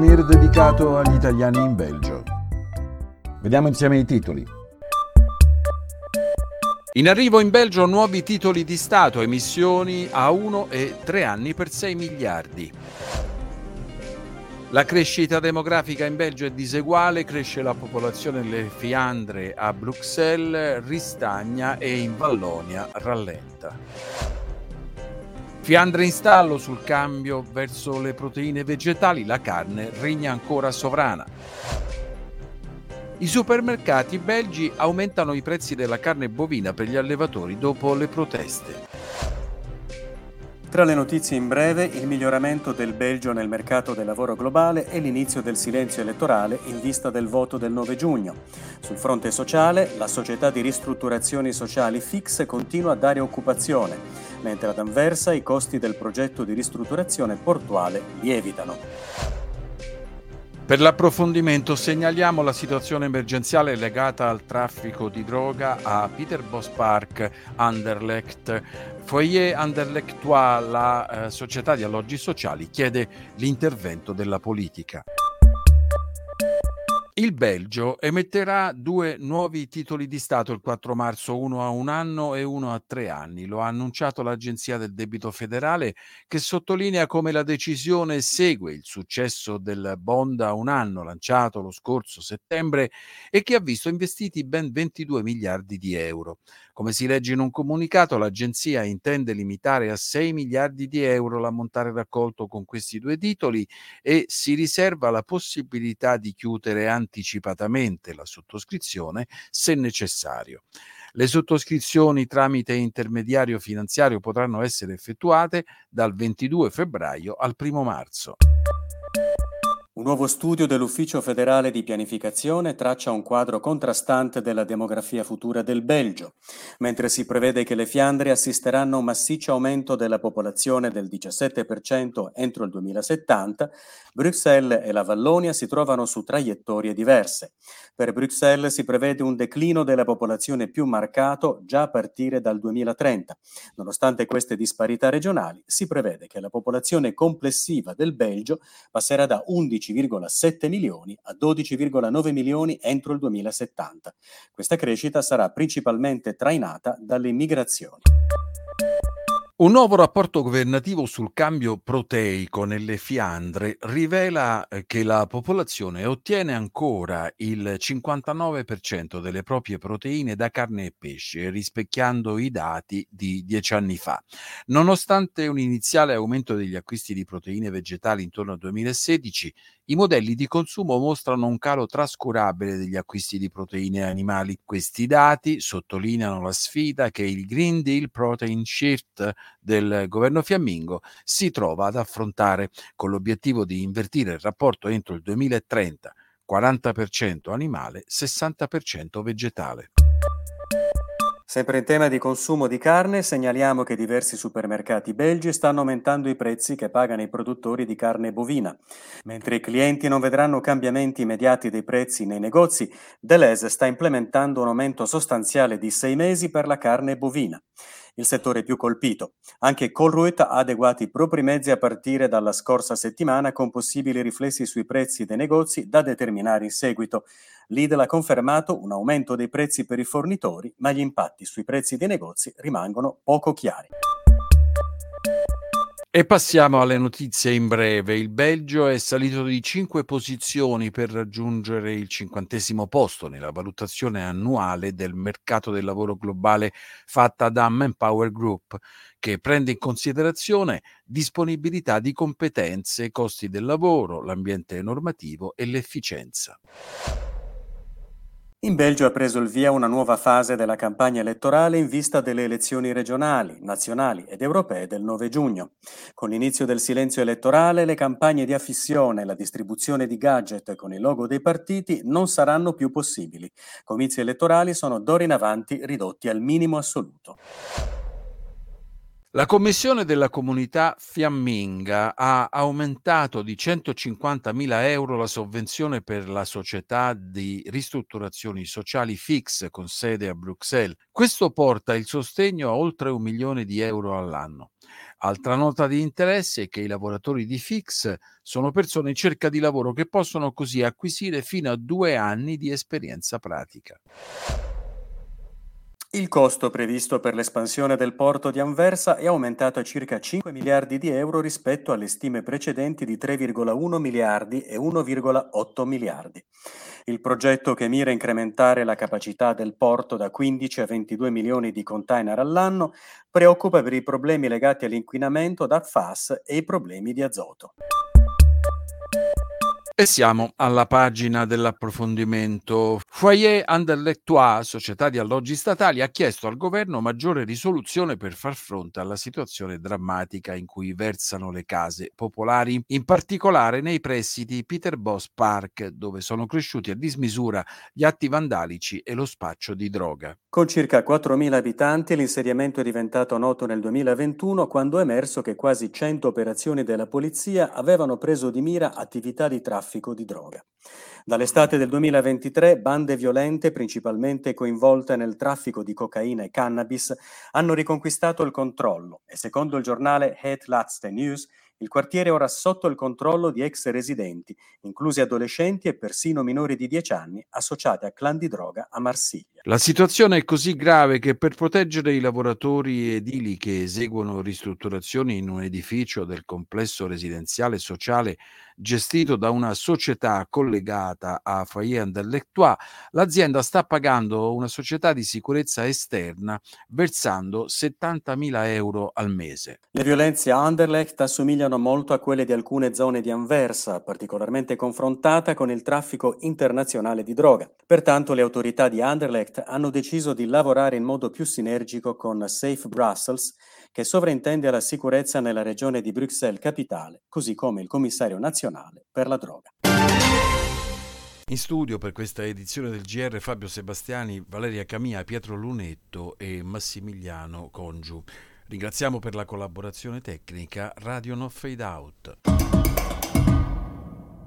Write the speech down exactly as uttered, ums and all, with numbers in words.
souvenir dedicato agli italiani in Belgio. Vediamo insieme i titoli. In arrivo in Belgio nuovi titoli di Stato, emissioni a uno e tre anni per sei miliardi. La crescita demografica in Belgio è diseguale, cresce la popolazione nelle Fiandre a Bruxelles, ristagna e in Vallonia rallenta. Fiandre in stallo sul cambio verso le proteine vegetali, la carne regna ancora sovrana. I supermercati belgi aumentano i prezzi della carne bovina per gli allevatori dopo le proteste. Tra le notizie in breve, il miglioramento del Belgio nel mercato del lavoro globale e l'inizio del silenzio elettorale in vista del voto del nove giugno. Sul fronte sociale, la società di ristrutturazioni sociali F I X continua a dare occupazione, mentre ad Anversa i costi del progetto di ristrutturazione portuale lievitano. Per l'approfondimento segnaliamo la situazione emergenziale legata al traffico di droga a Pieterbospark Anderlecht. Foyer Anderlechtois, la eh, società di alloggi sociali, chiede l'intervento della politica. Il Belgio emetterà due nuovi titoli di Stato il quattro marzo, uno a un anno e uno a tre anni. Lo ha annunciato l'Agenzia del Debito Federale, che sottolinea come la decisione segue il successo del bond a un anno lanciato lo scorso settembre e che ha visto investiti ben ventidue miliardi di euro. Come si legge in un comunicato, l'agenzia intende limitare a sei miliardi di euro l'ammontare raccolto con questi due titoli e si riserva la possibilità di chiudere anticipatamente la sottoscrizione se necessario. Le sottoscrizioni tramite intermediario finanziario potranno essere effettuate dal ventidue febbraio al primo marzo. Un nuovo studio dell'Ufficio federale di pianificazione traccia un quadro contrastante della demografia futura del Belgio. Mentre si prevede che le Fiandre assisteranno a un massiccio aumento della popolazione del diciassette per cento entro il duemilasettanta, Bruxelles e la Vallonia si trovano su traiettorie diverse. Per Bruxelles si prevede un declino della popolazione più marcato già a partire dal duemilatrenta. Nonostante queste disparità regionali, si prevede che la popolazione complessiva del Belgio passerà da undici virgola sette milioni a dodici virgola nove milioni entro il duemilasettanta. Questa crescita sarà principalmente trainata dalle migrazioni. Un nuovo rapporto governativo sul cambio proteico nelle Fiandre rivela che la popolazione ottiene ancora il cinquantanove per cento delle proprie proteine da carne e pesce, rispecchiando i dati di dieci anni fa. Nonostante un iniziale aumento degli acquisti di proteine vegetali intorno al duemilasedici, i modelli di consumo mostrano un calo trascurabile degli acquisti di proteine animali. Questi dati sottolineano la sfida che il Green Deal Protein Shift del governo fiammingo si trova ad affrontare, con l'obiettivo di invertire il rapporto entro il duemilatrenta, quaranta per cento animale, sessanta per cento vegetale. Sempre in tema di consumo di carne, segnaliamo che diversi supermercati belgi stanno aumentando i prezzi che pagano i produttori di carne bovina. Mentre i clienti non vedranno cambiamenti immediati dei prezzi nei negozi, Delhaize sta implementando un aumento sostanziale di sei mesi per la carne bovina. Il settore più colpito. Anche Colruyt ha adeguato i propri mezzi a partire dalla scorsa settimana con possibili riflessi sui prezzi dei negozi da determinare in seguito. Lidl ha confermato un aumento dei prezzi per i fornitori, ma gli impatti sui prezzi dei negozi rimangono poco chiari. E passiamo alle notizie in breve. Il Belgio è salito di cinque posizioni per raggiungere il cinquantesimo posto nella valutazione annuale del mercato del lavoro globale fatta da Manpower Group, che prende in considerazione disponibilità di competenze, costi del lavoro, l'ambiente normativo e l'efficienza. In Belgio ha preso il via una nuova fase della campagna elettorale in vista delle elezioni regionali, nazionali ed europee del nove giugno. Con l'inizio del silenzio elettorale, le campagne di affissione e la distribuzione di gadget con il logo dei partiti non saranno più possibili. Comizi elettorali sono d'ora in avanti ridotti al minimo assoluto. La Commissione della Comunità Fiamminga ha aumentato di centocinquantamila euro la sovvenzione per la società di ristrutturazioni sociali F I X con sede a Bruxelles. Questo porta il sostegno a oltre un milione di euro all'anno. Altra nota di interesse è che i lavoratori di Fix sono persone in cerca di lavoro che possono così acquisire fino a due anni di esperienza pratica. Il costo previsto per l'espansione del porto di Anversa è aumentato a circa cinque miliardi di euro rispetto alle stime precedenti di tre virgola uno miliardi e uno virgola otto miliardi. Il progetto, che mira a incrementare la capacità del porto da quindici a ventidue milioni di container all'anno, preoccupa per i problemi legati all'inquinamento da P F A S e i problemi di azoto. E siamo alla pagina dell'approfondimento. Foyer Anderlecht-Trois, società di alloggi statali, ha chiesto al governo maggiore risoluzione per far fronte alla situazione drammatica in cui versano le case popolari, in particolare nei pressi di Peterbosch Park, dove sono cresciuti a dismisura gli atti vandalici e lo spaccio di droga. Con circa quattromila abitanti, l'insediamento è diventato noto nel duemilaventuno, quando è emerso che quasi cento operazioni della polizia avevano preso di mira attività di traffico di droga. Dall'estate del duemilaventitré, bande violente, principalmente coinvolte nel traffico di cocaina e cannabis, hanno riconquistato il controllo e, secondo il giornale Het Laatste Nieuws, il quartiere è ora sotto il controllo di ex residenti, inclusi adolescenti e persino minori di dieci anni, associati a clan di droga a Marsiglia. La situazione è così grave che, per proteggere i lavoratori edili che eseguono ristrutturazioni in un edificio del complesso residenziale sociale gestito da una società collegata a Foyer Anderlecht-Trois, l'azienda sta pagando una società di sicurezza esterna versando settantamila euro al mese. Le violenze a Anderlecht assomigliano molto a quelle di alcune zone di Anversa, particolarmente confrontata con il traffico internazionale di droga. Pertanto le autorità di Anderlecht hanno deciso di lavorare in modo più sinergico con Safe Brussels, che sovrintende alla sicurezza nella regione di Bruxelles Capitale, così come il commissario nazionale per la droga. In studio per questa edizione del G R Fabio Sebastiani, Valeria Camia, Pietro Lunetto e Massimiliano Congiu. Ringraziamo per la collaborazione tecnica Radio No Fade Out.